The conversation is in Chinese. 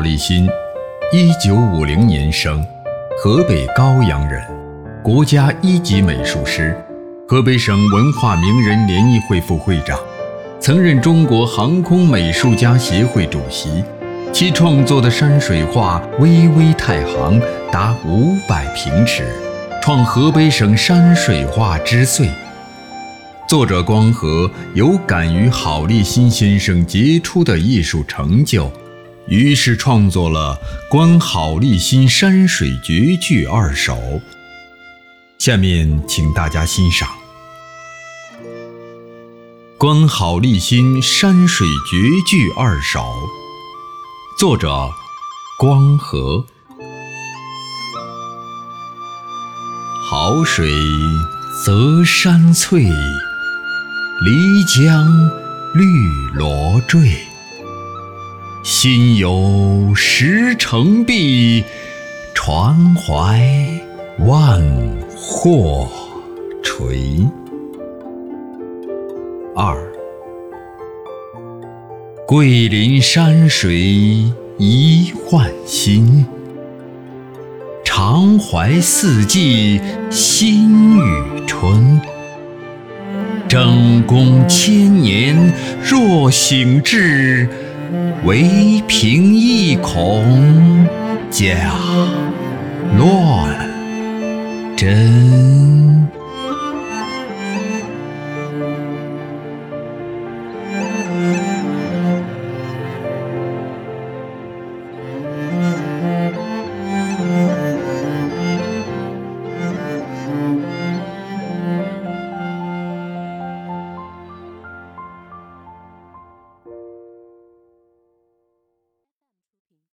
立新，1950年生，河北高阳人，国家1级美术师，河北省文化名人联谊会副会长，曾任中国航空美术家协会主席。其创作的山水画《巍巍太行》达500平尺，创河北省山水画之最。作者光和有感于郝立新先生杰出的艺术成就，于是创作了《观郝立新山水绝句2首》。下面请大家欣赏《观郝立新山水绝句2首》，作者光和。好水择山翠，漓江绿萝坠。心有石城壁，船怀万壑垂。2. 桂林山水一换新，常怀四季新与春。争功千年若醒志，唯凭一孔假乱真。